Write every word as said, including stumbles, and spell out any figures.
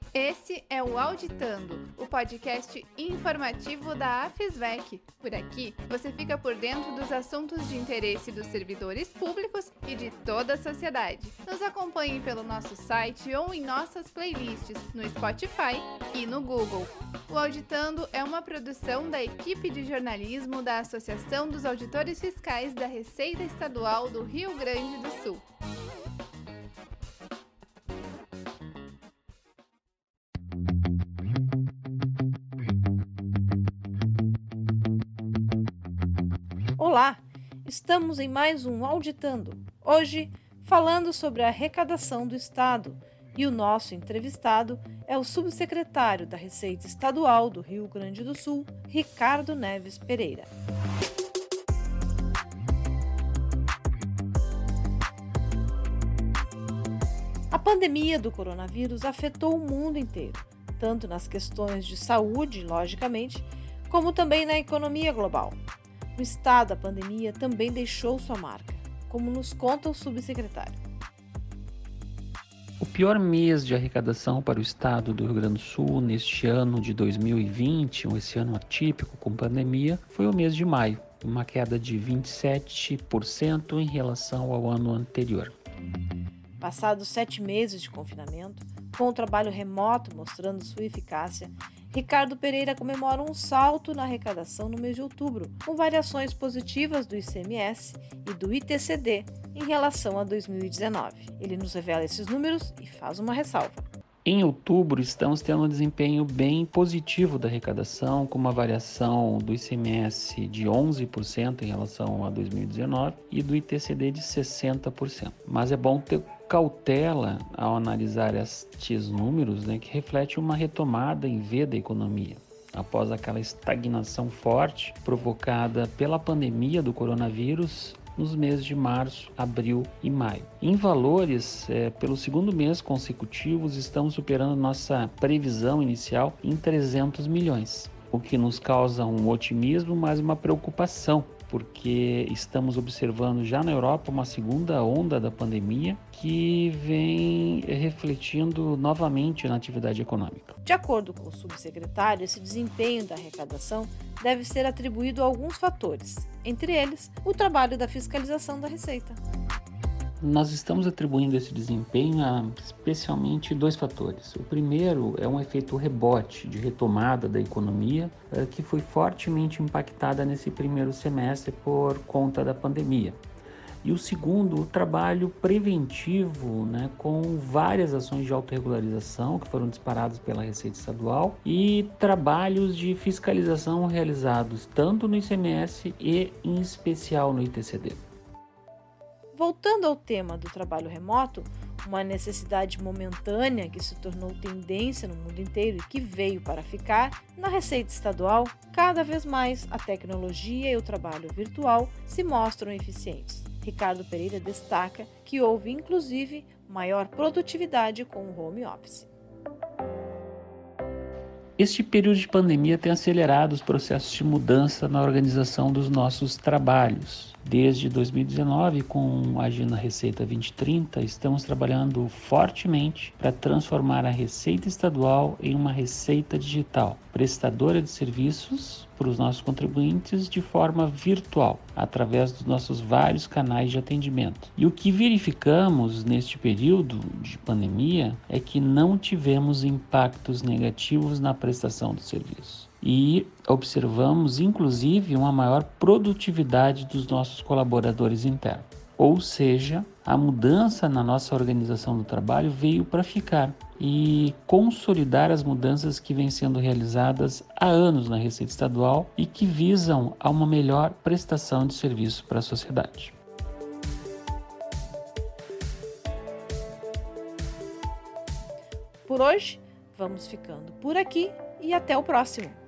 Esse é o Auditando, o podcast informativo da AFESVEC. Por aqui, você fica por dentro dos assuntos de interesse dos servidores públicos e de toda a sociedade. Nos acompanhe pelo nosso site ou em nossas playlists no Spotify e no Google. O Auditando é uma produção da equipe de jornalismo da Associação dos Auditores Fiscais da Receita Estadual do Rio Grande do Sul. Olá, estamos em mais um Auditando, hoje falando sobre a arrecadação do Estado, e o nosso entrevistado é o subsecretário da Receita Estadual do Rio Grande do Sul, Ricardo Neves Pereira. A pandemia do coronavírus afetou o mundo inteiro, tanto nas questões de saúde, logicamente, como também na economia global. O estado da pandemia também deixou sua marca, como nos conta o subsecretário. O pior mês de arrecadação para o estado do Rio Grande do Sul neste ano de dois mil e vinte, esse ano atípico com pandemia, foi o mês de maio, uma queda de vinte e sete por cento em relação ao ano anterior. Passados sete meses de confinamento, com o trabalho remoto mostrando sua eficácia, Ricardo Pereira comemora um salto na arrecadação no mês de outubro, com variações positivas do I C M S e do I T C D em relação a dois mil e dezenove. Ele nos revela esses números e faz uma ressalva. Em outubro, estamos tendo um desempenho bem positivo da arrecadação, com uma variação do I C M S de onze por cento em relação a dois mil e dezenove e do I T C D de sessenta por cento. Mas é bom ter cautela ao analisar estes números, né, que reflete uma retomada em V da economia, após aquela estagnação forte provocada pela pandemia do coronavírus nos meses de março, abril e maio. Em valores, é, pelo segundo mês consecutivos, estamos superando nossa previsão inicial em trezentos milhões, o que nos causa um otimismo, mas uma preocupação, porque estamos observando já na Europa uma segunda onda da pandemia que vem refletindo novamente na atividade econômica. De acordo com o subsecretário, esse desempenho da arrecadação deve ser atribuído a alguns fatores, entre eles o trabalho da fiscalização da Receita. Nós estamos atribuindo esse desempenho a especialmente dois fatores. O primeiro é um efeito rebote de retomada da economia, que foi fortemente impactada nesse primeiro semestre por conta da pandemia. E o segundo, o trabalho preventivo, né, com várias ações de autorregularização que foram disparadas pela Receita Estadual e trabalhos de fiscalização realizados tanto no I C M S e em especial no I T C D. Voltando ao tema do trabalho remoto, uma necessidade momentânea que se tornou tendência no mundo inteiro e que veio para ficar, na Receita Estadual, cada vez mais a tecnologia e o trabalho virtual se mostram eficientes. Ricardo Pereira destaca que houve, inclusive, maior produtividade com o home office. Este período de pandemia tem acelerado os processos de mudança na organização dos nossos trabalhos. Desde dois mil e dezenove, com a Agenda Receita vinte trinta, estamos trabalhando fortemente para transformar a Receita Estadual em uma Receita Digital, prestadora de serviços para os nossos contribuintes de forma virtual, através dos nossos vários canais de atendimento. E o que verificamos neste período de pandemia é que não tivemos impactos negativos na prestação do serviço. E observamos, inclusive, uma maior produtividade dos nossos colaboradores internos. Ou seja, a mudança na nossa organização do trabalho veio para ficar e consolidar as mudanças que vêm sendo realizadas há anos na Receita Estadual e que visam a uma melhor prestação de serviço para a sociedade. Por hoje, vamos ficando por aqui e até o próximo.